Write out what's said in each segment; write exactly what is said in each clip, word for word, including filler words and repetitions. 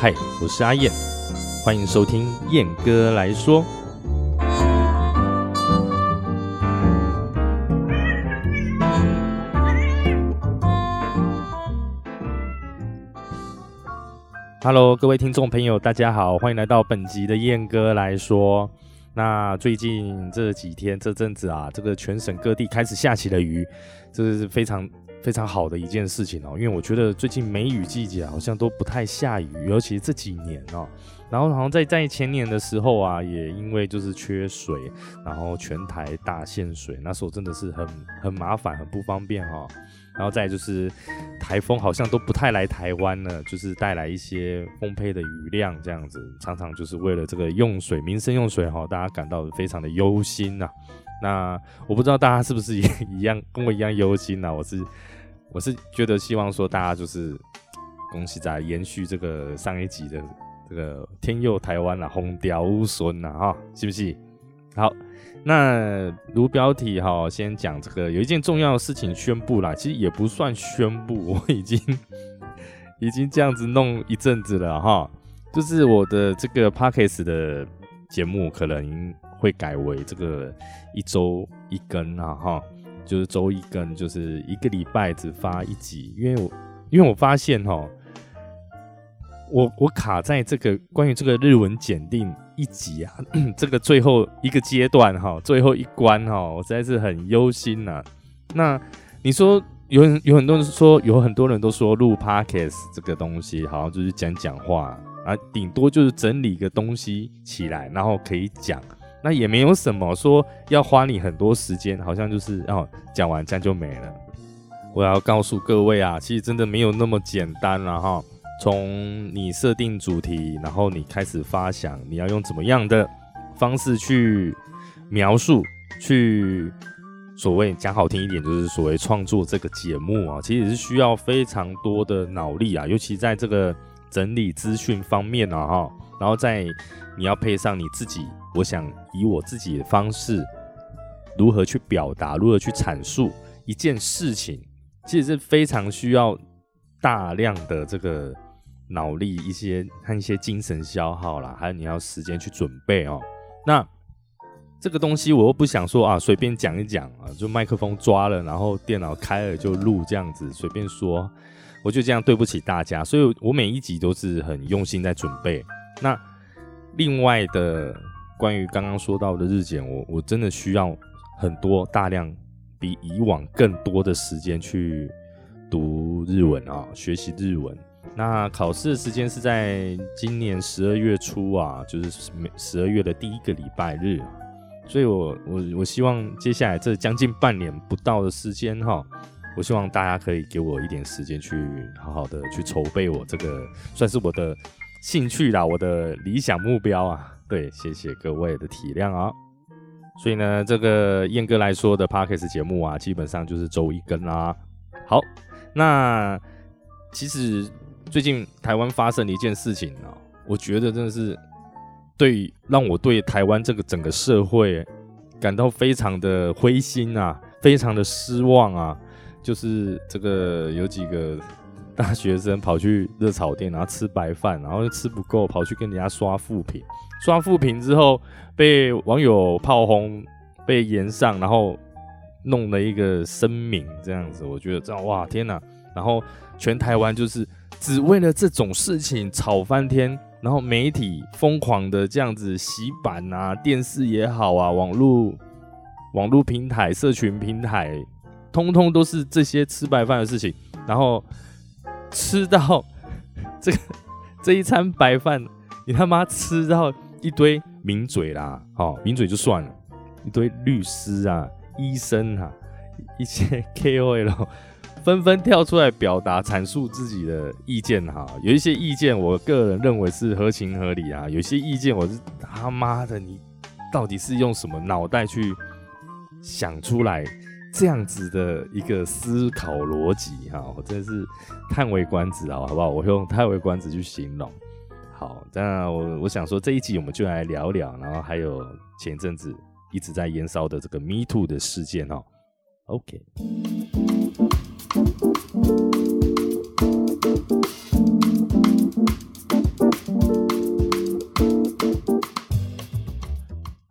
嗨，我是阿燕，欢迎收听燕哥来说。Hello， 各位听众朋友，大家好，欢迎来到本集的燕哥来说。那最近这几天这阵子啊，这个全省各地开始下起了雨，这是非常非常好的一件事情哦。因为我觉得最近梅雨季节好像都不太下雨，尤其这几年哦。然后好像在在前年的时候啊，也因为就是缺水，然后全台大限水，那时候真的是很很麻烦，很不方便哈、哦。然后再来就是台风好像都不太来台湾了，就是带来一些丰沛的雨量这样子，常常就是为了这个用水民生用水大家感到非常的忧心啊。那我不知道大家是不是也一样跟我一样忧心啊？我是我是觉得希望说大家就是恭喜在延续这个上一集的这个天佑台湾啦，风调雨顺啦哈，是不是？好，那如标题哈，先讲这个有一件重要的事情宣布啦，其实也不算宣布，我已经已经这样子弄一阵子了哈，就是我的这个 Podcast 的节目可能会改为这个一周一更啊哈，就是周一更，就是一个礼拜只发一集，因为我因为我发现哈，我我卡在这个关于这个日文检定一集啊，这个最后一个阶段哈，最后一关哈，我实在是很忧心呐、啊。那你说有有很多人说，有很多人都说录 Podcast 这个东西好像就是讲讲话啊，顶多就是整理一个东西起来，然后可以讲，那也没有什么说要花你很多时间，好像就是哦讲完这样就没了。我要告诉各位啊，其实真的没有那么简单啦哈。从你设定主题，然后你开始发想你要用怎么样的方式去描述，去所谓讲好听一点就是所谓创作这个节目啊，其实是需要非常多的脑力啊，尤其在这个整理资讯方面啊哈，然后在你要配上你自己，我想以我自己的方式如何去表达，如何去阐述一件事情，其实是非常需要大量的这个脑力一些和一些精神消耗啦，还有你要时间去准备哦。那这个东西我又不想说啊，随便讲一讲啊，就麦克风抓了，然后电脑开了就录这样子，随便说，我觉得这样对不起大家，所以我每一集都是很用心在准备。那另外的关于刚刚说到的日检，我我真的需要很多大量比以往更多的时间去读日文啊，学习日文。那考试的时间是在今年十二月初啊，就是十二月的第一个礼拜日，所以我我我希望接下来这将近半年不到的时间哈，我希望大家可以给我一点时间去好好的去筹备我这个算是我的兴趣啦，我的理想目标啊。对，谢谢各位的体谅啊。所以呢，这个燕哥来说的 Podcast 节目啊，基本上就是周一更啦。好，那其实最近台湾发生的一件事情啊，我觉得真的是对让我对台湾这个整个社会感到非常的灰心啊，非常的失望啊。就是这个有几个大学生跑去热炒店，然后吃白饭，然后吃不够，跑去跟人家刷负评，刷负评之后被网友炮轰，被炎上，然后弄了一个声明这样子，我觉得这样哇天哪！然后全台湾就是只为了这种事情吵翻天，然后媒体疯狂的这样子洗版啊，电视也好啊，网络网络平台、社群平台，通通都是这些吃白饭的事情，然后吃到这个这一餐白饭，你他妈吃到一堆名嘴啦，哦，名嘴就算了，一堆律师啊、医生啊、一些 K O L。纷纷跳出来表达阐述自己的意见哈，有一些意见我个人认为是合情合理啊，有些意见我是他妈的你到底是用什么脑袋去想出来这样子的一个思考逻辑哈，我真的是叹为观止啊，好不好？我用叹为观止去形容。好，那我我想说这一集我们就来聊聊，然后还有前一阵子一直在延烧的这个 Me Too 的事件哦。OK。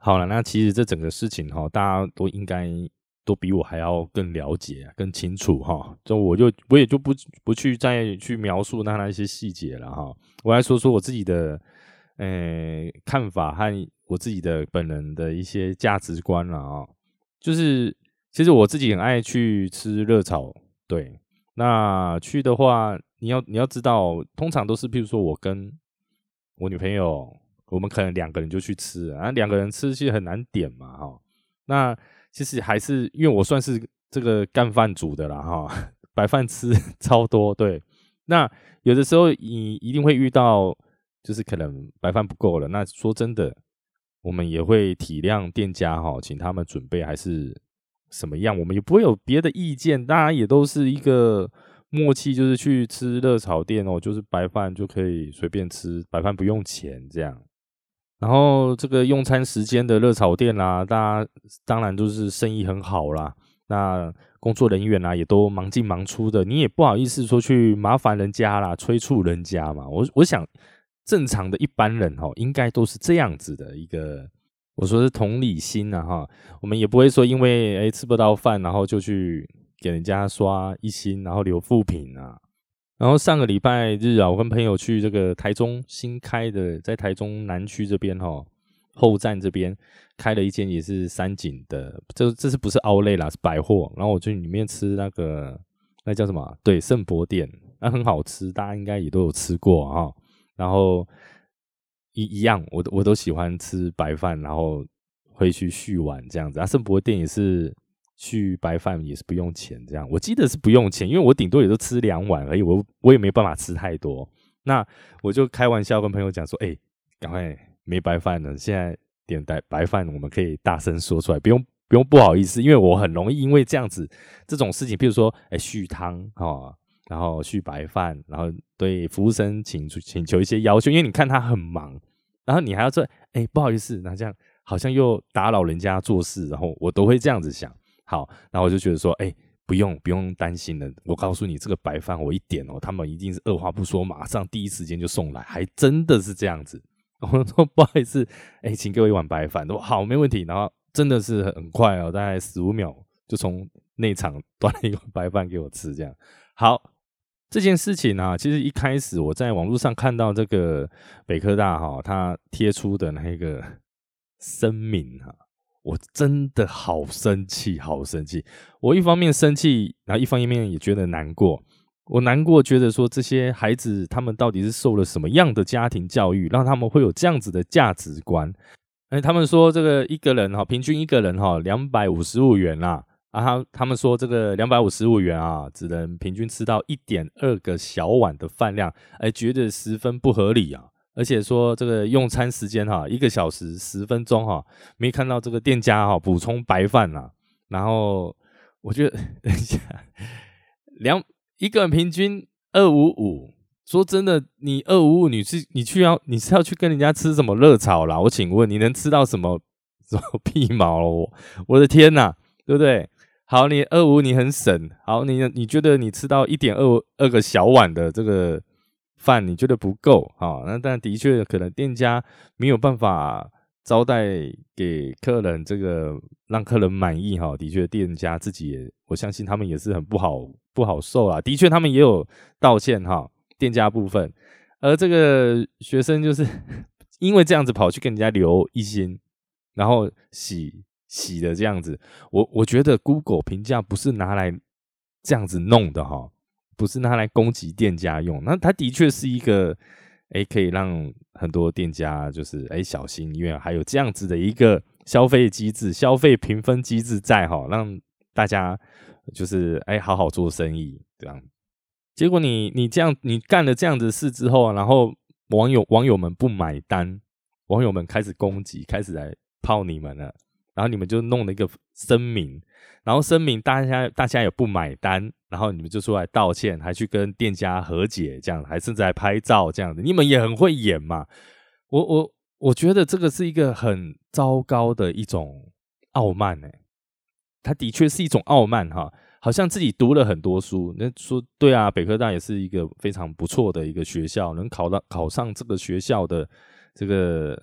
好了，那其实这整个事情哈，大家都应该都比我还要更了解、更清楚哈。就我就我也就不不去再去描述那那一些细节了哈。我来说说我自己的呃看法和我自己的本人的一些价值观了啊。就是其实我自己很爱去吃热炒，对。那去的话，你要你要知道，通常都是譬如说我跟我女朋友，我们可能两个人就去吃啊，两个人吃其实很难点嘛，哈。那其实还是因为我算是这个干饭族的啦，哈，白饭吃超多，对。那有的时候你一定会遇到，就是可能白饭不够了。那说真的，我们也会体谅店家哈，请他们准备还是什么样，我们也不会有别的意见，大家也都是一个默契，就是去吃热炒店哦，就是白饭就可以随便吃，白饭不用钱这样。然后这个用餐时间的热炒店啦，大家当然都是生意很好啦，那工作人员啊也都忙进忙出的，你也不好意思说去麻烦人家啦，催促人家嘛。我我想正常的一般人齁，应该都是这样子的一个，我说是同理心啊齁，我们也不会说因为诶吃不到饭，然后就去给人家刷一星，然后留负评啊。然后上个礼拜日啊，我跟朋友去这个台中新开的，在台中南区这边齁，后站这边开了一间也是三井的，这这是不是 Outlet 啦，是百货。然后我去里面吃那个那叫什么？对，圣博店，那很好吃，大家应该也都有吃过齁。然后一一样，我我都喜欢吃白饭，然后会去续碗这样子。啊，圣博店也是续白饭也是不用钱这样，我记得是不用钱，因为我顶多也就吃两碗而已，我我也没办法吃太多。那我就开玩笑跟朋友讲说，哎、欸，赶快没白饭了，现在点白白饭，我们可以大声说出来，不用不用不好意思，因为我很容易因为这样子这种事情，比如说哎、欸、续汤哦，然后续白饭，然后对服务生请请求一些要求，因为你看他很忙，然后你还要说哎、欸、不好意思，那这样好像又打扰人家做事，然后我都会这样子想。好，然后我就觉得说，哎、欸，不用不用担心了。我告诉你，这个白饭我一点哦，他们一定是二话不说，马上第一时间就送来，还真的是这样子。我说不好意思，哎、欸，请给我一碗白饭。我好，没问题。然后真的是很快哦，大概十五秒就从内场端了一碗白饭给我吃，这样。好，这件事情啊，其实一开始我在网络上看到这个北科大哈、哦，他贴出的那个声明哈、啊。我真的好生气，好生气！我一方面生气，然后一方面也觉得难过。我难过，觉得说这些孩子他们到底是受了什么样的家庭教育，让他们会有这样子的价值观？哎，他们说这个一个人哈，平均一个人哈两百五十五元啦，啊，他他们说这个两百五十五元啊，只能平均吃到一点二个小碗的饭量，哎，觉得十分不合理啊。而且说这个用餐时间哈，一个小时十分钟哈，没看到这个店家哈补充白饭啊。然后我觉得等一下，两一个人平均二五五，说真的，你二五五，你是你去要你是要去跟人家吃什么热炒啦？我请问你能吃到什么什么屁毛了？我我的天哪，对不对？好，你二五你很省，好，你你觉得你吃到一点二二个小碗的这个饭你觉得不够啊？那但的确可能店家没有办法招待给客人，这个让客人满意哈。的确，店家自己也，我相信他们也是很不好不好受啦。的确，他们也有道歉哈，店家部分。而这个学生就是因为这样子跑去跟人家留一星，然后洗洗的这样子，我我觉得 Google 评价不是拿来这样子弄的哈。不是拿来攻击店家用，那它的确是一个，哎，可以让很多店家就是哎小心，因为还有这样子的一个消费机制、消费评分机制在哈，让大家就是哎好好做生意这样。结果你你这样你干了这样子的事之后，然后网友网友们不买单，网友们开始攻击，开始来泡你们了，然后你们就弄了一个声明。然后声明大家大家也不买单，然后你们就出来道歉，还去跟店家和解，这样还甚至还拍照这样子，你们也很会演嘛。我我我觉得这个是一个很糟糕的一种傲慢诶、欸，它的确是一种傲慢哈，好像自己读了很多书，那说对啊，北科大也是一个非常不错的一个学校，能考到考上这个学校的这个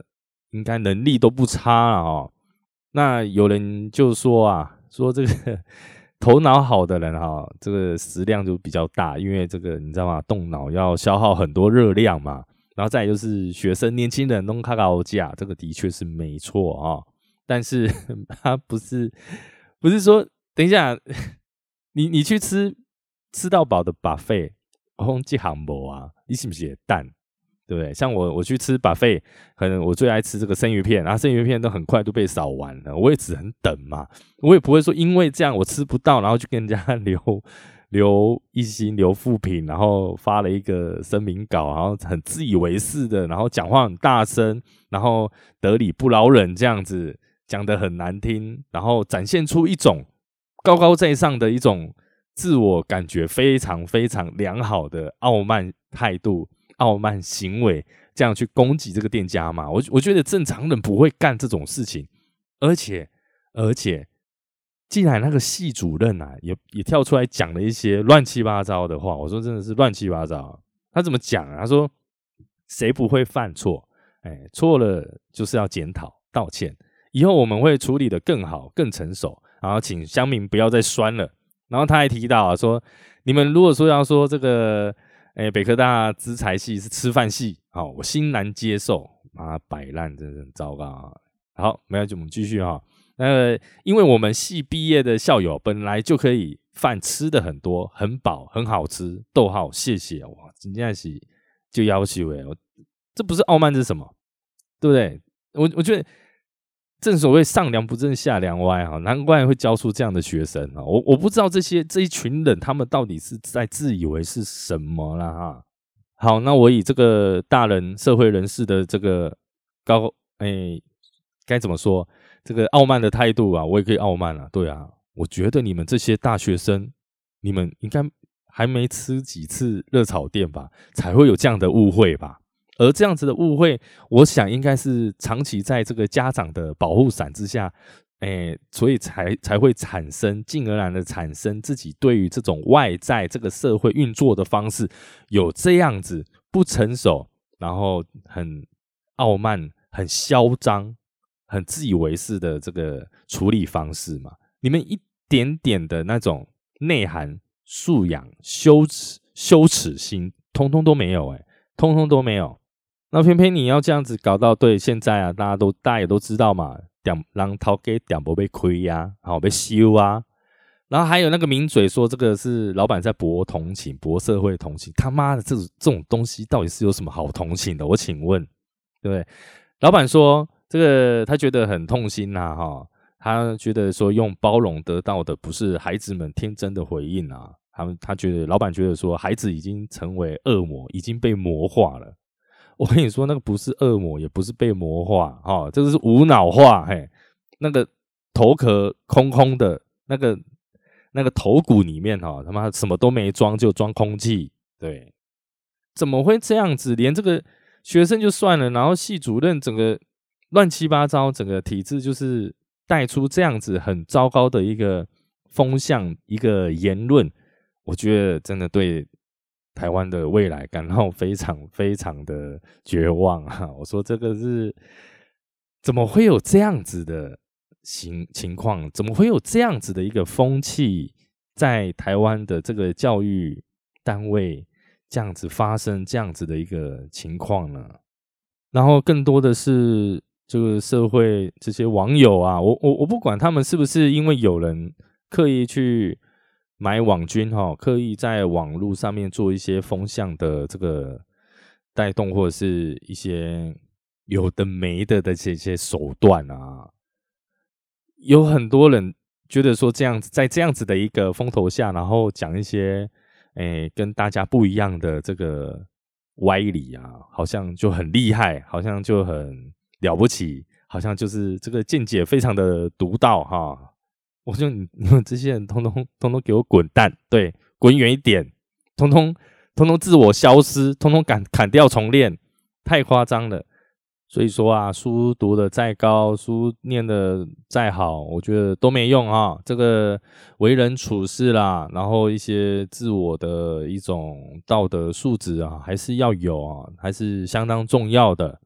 应该能力都不差了哦。那有人就说啊，说这个头脑好的人哈、哦，这个食量就比较大，因为这个你知道吗？动脑要消耗很多热量嘛。然后再来就是学生、年轻人弄卡高价，这个的确是没错哦。但是他不是不是说，等一下，你你去吃吃到饱的 buffet， 我这行无啊，你是不是也蛋？对不对？像我我去吃 buffet， 可能我最爱吃这个生鱼片，然后生鱼片都很快都被扫完了，我也只能等嘛，我也不会说因为这样我吃不到，然后就跟人家留留一星留负评，然后发了一个声明稿，然后很自以为是的，然后讲话很大声，然后得理不饶人这样子讲得很难听，然后展现出一种高高在上的一种自我感觉非常非常良好的傲慢态度。傲慢行为，这样去攻击这个店家嘛？我我觉得正常人不会干这种事情，而且而且，竟然那个系主任啊，也也跳出来讲了一些乱七八糟的话。我说真的是乱七八糟。他怎么讲啊？他说谁不会犯错？哎，错了就是要检讨道歉，以后我们会处理得更好、更成熟。然后请乡民不要再酸了。然后他还提到啊，说你们如果说要说这个。欸、北科大资财系是吃饭系，好，我欣然接受。妈摆烂，真是很糟糕啊！好，没有就我们继续哈。呃，因为我们系毕业的校友本来就可以饭吃的很多，很饱，很好吃。逗号，谢谢哇！今天是就要求哎，这不是傲慢，这是什么？对不对？我我觉得。正所谓上梁不正下梁歪哈，难怪会教出这样的学生啊！我我不知道这些这一群人他们到底是在自以为是什么啦哈。好，那我以这个大人社会人士的这个高诶该怎么说这个傲慢的态度啊，我也可以傲慢啊。对啊，我觉得你们这些大学生，你们应该还没吃几次热炒店吧，才会有这样的误会吧。而这样子的误会，我想应该是长期在这个家长的保护伞之下，诶，所以才才会产生，进而然的产生自己对于这种外在这个社会运作的方式有这样子不成熟，然后很傲慢、很嚣张、很自以为是的这个处理方式嘛。你们一点点的那种内涵、素养、羞耻、羞耻心，通通都没有、欸，诶，通通都没有。那偏偏你要这样子搞到，对，现在啊，大家都大家也都知道嘛，点让头家点不被亏呀，好被修啊，然后还有那个名嘴说这个是老板在博同情，博社会同情，他妈的这种这种东西到底是有什么好同情的？我请问，对不对？老板说这个他觉得很痛心呐、啊，哈，他觉得说用包容得到的不是孩子们天真的回应啊，他们他觉得老板觉得说孩子已经成为恶魔，已经被魔化了。我跟你说，那个不是恶魔，也不是被魔化，哈，这个是无脑化，嘿，那个头壳空空的，那个那个头骨里面，哈，他妈什么都没装，就装空气，对，怎么会这样子？连这个学生就算了，然后系主任整个乱七八糟，整个体制就是带出这样子很糟糕的一个风向，一个言论，我觉得真的对。台湾的未来感到非常非常的绝望啊！我说这个是怎么会有这样子的情情况？怎么会有这样子的一个风气在台湾的这个教育单位这样子发生这样子的一个情况呢？然后更多的是这个社会这些网友啊，我我我不管他们是不是因为有人刻意去。买网军哈，刻意在网络上面做一些风向的这个带动，或者是一些有的没的的这些手段啊，有很多人觉得说这样子，在这样子的一个风头下，然后讲一些诶跟大家不一样的这个歪理啊，好像就很厉害，好像就很了不起，好像就是这个见解非常的独到哈。我就你你们这些人通通通通给我滚蛋，对，滚远一点，通通通通自我消失，通通砍砍掉重练，太夸张了。所以说啊，书读的再高，书念的再好，我觉得都没用啊。这个为人处事啦，然后一些自我的一种道德素质啊，还是要有啊，还是相当重要的。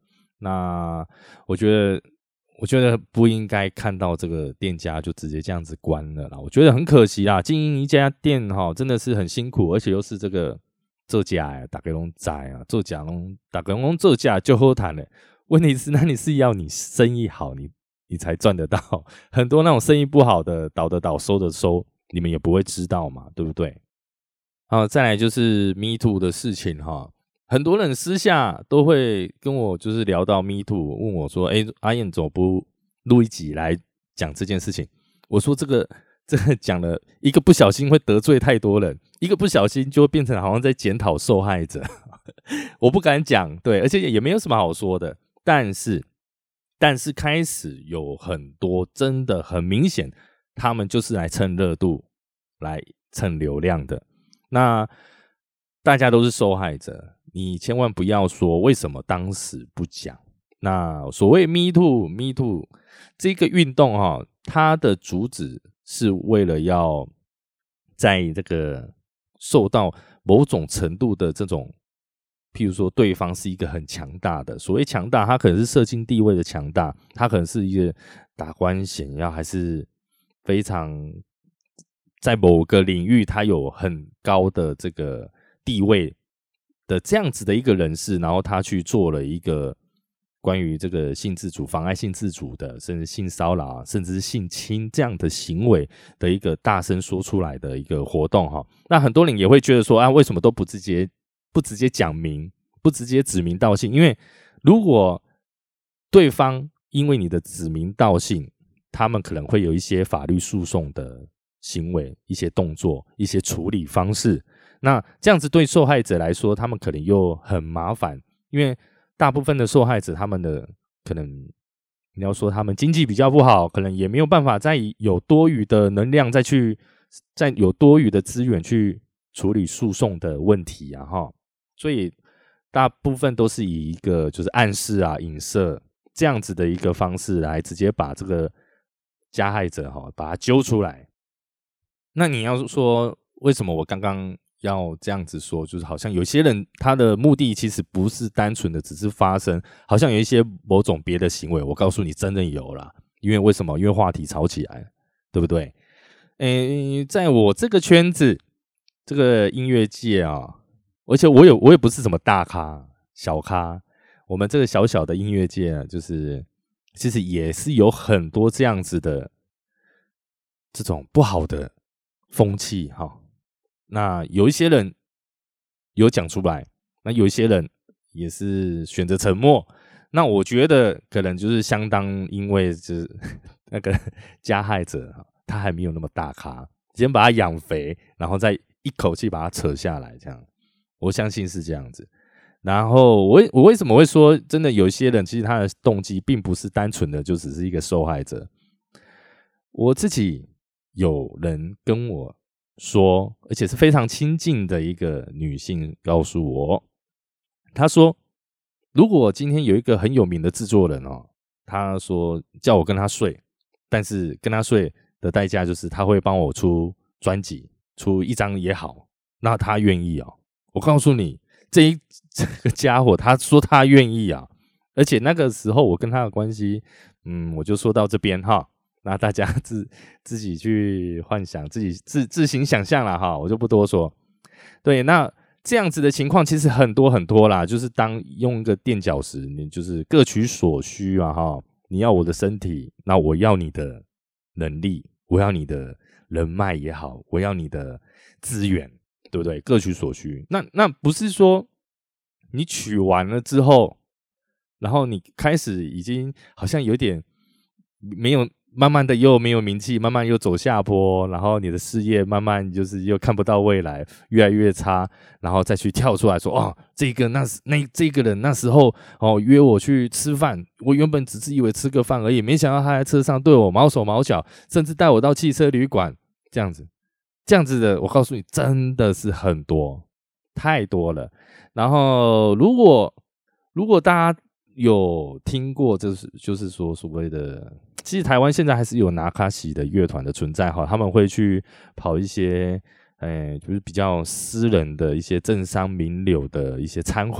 那我觉得，我觉得不应该看到这个店家就直接这样子关了啦。我觉得很可惜啦，经营一家店哈，真的是很辛苦，而且又是这个做假呀，大家都知啊，做假拢大家拢做假就好谈了。问题是，那你是要你生意好，你你才赚得到。很多那种生意不好的，倒的倒，收的收，你们也不会知道嘛，对不对？好，再来就是 Me Too 的事情哈。很多人私下都会跟我就是聊到 Me Too， 问我说：“哎，阿燕怎么不录一集来讲这件事情？”我说：“这个这个讲了一个不小心会得罪太多人，一个不小心就会变成好像在检讨受害者。”我不敢讲，对，而且也没有什么好说的。但是，但是开始有很多真的很明显，他们就是来蹭热度、来蹭流量的。那大家都是受害者。你千万不要说为什么当时不讲。那所谓 Me Too Me Too 这个运动哈，它的主旨是为了要在这个受到某种程度的这种，譬如说对方是一个很强大的，所谓强大，他可能是社经地位的强大，他可能是一个达官显要，还是非常在某个领域他有很高的这个地位的这样子的一个人士，然后他去做了一个关于这个性自主、妨碍性自主的，甚至性骚扰，甚至是性侵这样的行为的一个大声说出来的一个活动哈。那很多人也会觉得说啊，为什么都不直接不直接讲明，不直接指名道姓？因为如果对方因为你的指名道姓，他们可能会有一些法律诉讼的行为、一些动作、一些处理方式。那这样子对受害者来说，他们可能又很麻烦，因为大部分的受害者，他们的可能你要说他们经济比较不好，可能也没有办法再有多余的能量再去，再有多余的资源去处理诉讼的问题啊哈。所以大部分都是以一个就是暗示啊、影射这样子的一个方式来直接把这个加害者哈把他揪出来。那你要说为什么我刚刚要这样子说，就是好像有些人他的目的其实不是单纯的只是发生，好像有一些某种别的行为，我告诉你真的有啦。因为为什么？因为话题吵起来，对不对？诶，在我这个圈子，这个音乐界啊，而且我有我也不是什么大咖小咖，我们这个小小的音乐界啊，就是其实也是有很多这样子的这种不好的风气哈。那有一些人有讲出来，那有一些人也是选择沉默。那我觉得可能就是相当，因为就是那个加害者他还没有那么大咖，先把他养肥，然后再一口气把他扯下来，这样我相信是这样子。然后我我为什么会说，真的有一些人其实他的动机并不是单纯的就只是一个受害者。我自己有人跟我说，而且是非常亲近的一个女性告诉我，她说如果今天有一个很有名的制作人哦，他说叫我跟他睡，但是跟他睡的代价就是他会帮我出专辑，出一张也好，那他愿意哦。我告诉你，这一这个家伙他说他愿意啊，而且那个时候我跟他的关系，嗯，我就说到这边哈。那大家自自己去幻想，自己自自行想象啦哈，我就不多说。对，那这样子的情况其实很多很多啦，就是当用一个垫脚石，你就是各取所需啊哈。你要我的身体，那我要你的能力，我要你的人脉也好，我要你的资源，对不对？各取所需。那那不是说你取完了之后，然后你开始已经好像有点没有。慢慢的又没有名气，慢慢又走下坡，然后你的事业慢慢就是又看不到未来，越来越差，然后再去跳出来说，哦，这个那那这个人那时候哦约我去吃饭，我原本只是以为吃个饭而已，没想到他在车上对我毛手毛脚，甚至带我到汽车旅馆，这样子，这样子的，我告诉你，真的是很多，太多了。然后如果如果大家有听过，就是就是说所谓的，其实台湾现在还是有拿卡西的乐团的存在哈，他们会去跑一些，哎，就是比较私人的一些政商名流的一些餐会，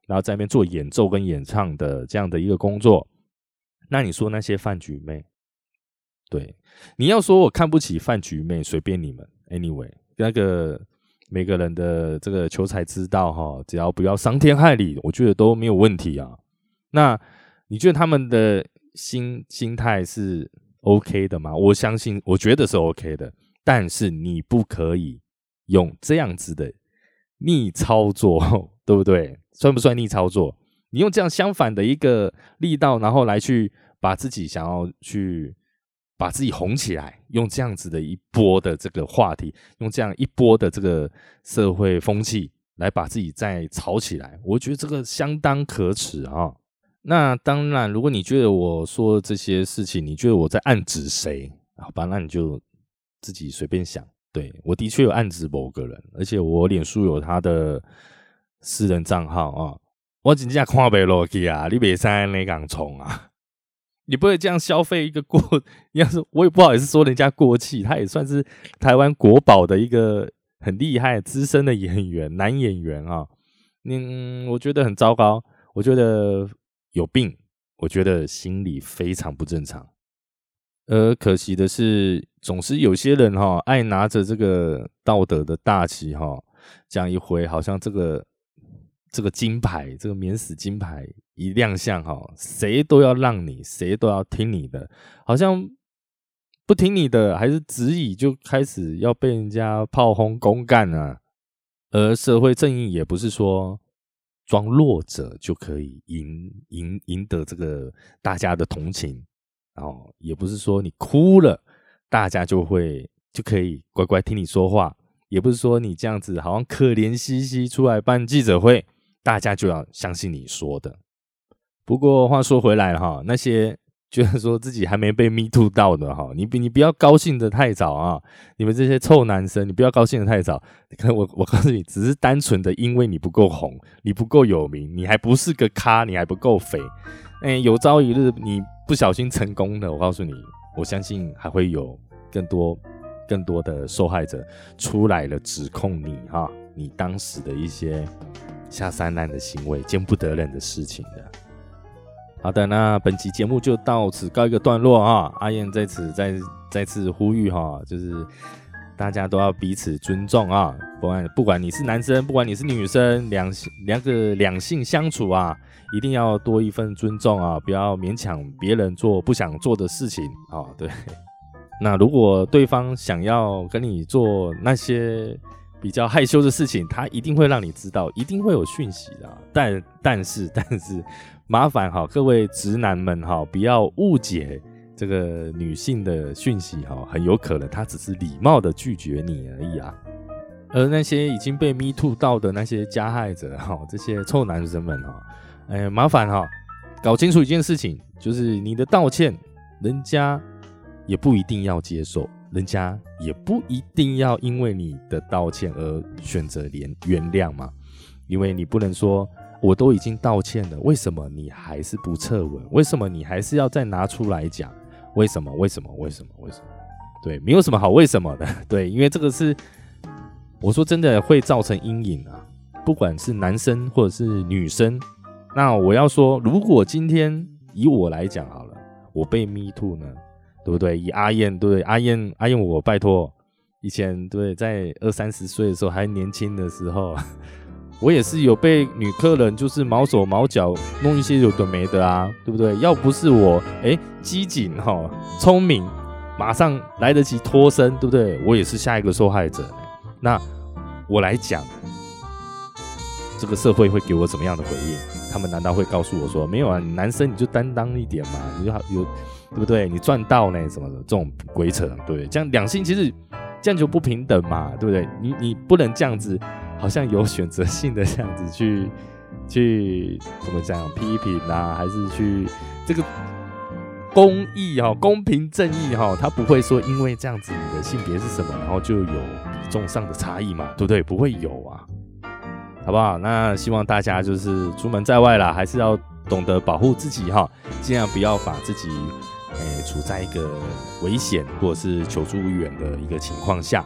然后在那边做演奏跟演唱的这样的一个工作。那你说那些饭局妹，对，你要说我看不起饭局妹，随便你们。Anyway， 那个每个人的这个求财之道哈，只要不要伤天害理，我觉得都没有问题啊。那你觉得他们的心心态是 OK 的吗？我相信，我觉得是 OK 的。但是你不可以用这样子的逆操作，对不对？算不算逆操作？你用这样相反的一个力道，然后来去把自己想要去把自己红起来，用这样子的一波的这个话题，用这样一波的这个社会风气来把自己再炒起来，我觉得这个相当可耻啊。那当然，如果你觉得我说这些事情，你觉得我在暗指谁，好吧，那你就自己随便想。对，我的确有暗指某个人，而且我脸书有他的私人账号啊。我真的看不下去啊！你别在那港冲啊！你不会这样消费一个过，要是我也不好意思说人家过气，他也算是台湾国宝的一个很厉害资深的演员，男演员啊。嗯，我觉得很糟糕，我觉得有病，我觉得心理非常不正常。而可惜的是，总是有些人哈、哦，爱拿着这个道德的大旗哈、哦，这样一挥，好像这个。这个金牌，这个免死金牌一亮相哈，谁都要让你，谁都要听你的，好像不听你的，还是质疑就开始要被人家炮轰公干啊。而社会正义也不是说装弱者就可以赢赢赢得这个大家的同情哦，也不是说你哭了，大家就会就可以乖乖听你说话，也不是说你这样子好像可怜兮兮出来办记者会。大家就要相信你说的。不过话说回来了哈，那些觉得说自己还没被 me too 到的哈，你你不要高兴的太早啊！你们这些臭男生，你不要高兴的太早。我我告诉你，只是单纯的因为你不够红，你不够有名，你还不是个咖，你还不够肥。哎，有朝一日你不小心成功了，我告诉你，我相信还会有更多更多的受害者出来了指控你哈，你当时的一些下三滥的行为，见不得人的事情的。好的，那本期节目就到此告一个段落哈。阿燕在此再再次呼吁哈，就是大家都要彼此尊重啊，不管不管你是男生，不管你是女生，两两个两性相处啊，一定要多一份尊重啊，不要勉强别人做不想做的事情啊。对，那如果对方想要跟你做那些比较害羞的事情，他一定会让你知道，一定会有讯息的。但但是但是，麻烦哈各位直男们哈，不要误解这个女性的讯息哈，很有可能她只是礼貌的拒绝你而已啊。而那些已经被 me too 到的那些加害者哈，这些臭男生们哈，哎，麻烦哈搞清楚一件事情，就是你的道歉，人家也不一定要接受。人家也不一定要因为你的道歉而选择原谅嘛，因为你不能说我都已经道歉了，为什么你还是不撤文？为什么你还是要再拿出来讲？为什么？为什么？为什么？为什么？对，没有什么好为什么的，对，因为这个是我说真的会造成阴影啊，不管是男生或者是女生。那我要说，如果今天以我来讲好了，我被 me too 呢？对不对？以阿燕，对不对？阿燕，阿燕，我拜托，以前对在二三十岁的时候，还年轻的时候，我也是有被女客人就是毛手毛脚弄一些有的没的啊，对不对？要不是我哎机警哈聪明，马上来得及脱身，对不对？我也是下一个受害者。那我来讲，这个社会会给我怎么样的回应？他们难道会告诉我说，没有啊，你男生你就担当一点嘛，你就有。对不对？你赚到呢什么的这种鬼扯，对不对？这样两性其实这样就不平等嘛，对不对？你你不能这样子，好像有选择性的这样子去去怎么讲批评啊，还是去这个公义哈、公平正义哈，他不会说因为这样子你的性别是什么，然后就有比重上的差异嘛，对不对？不会有啊，好不好？那希望大家就是出门在外啦，还是要懂得保护自己哈，尽量不要把自己。诶，处在一个危险或者是求助无援的一个情况下，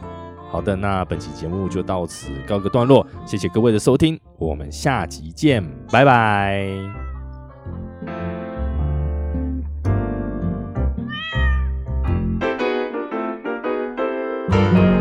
好的，那本期节目就到此告个段落，谢谢各位的收听，我们下集见，拜拜。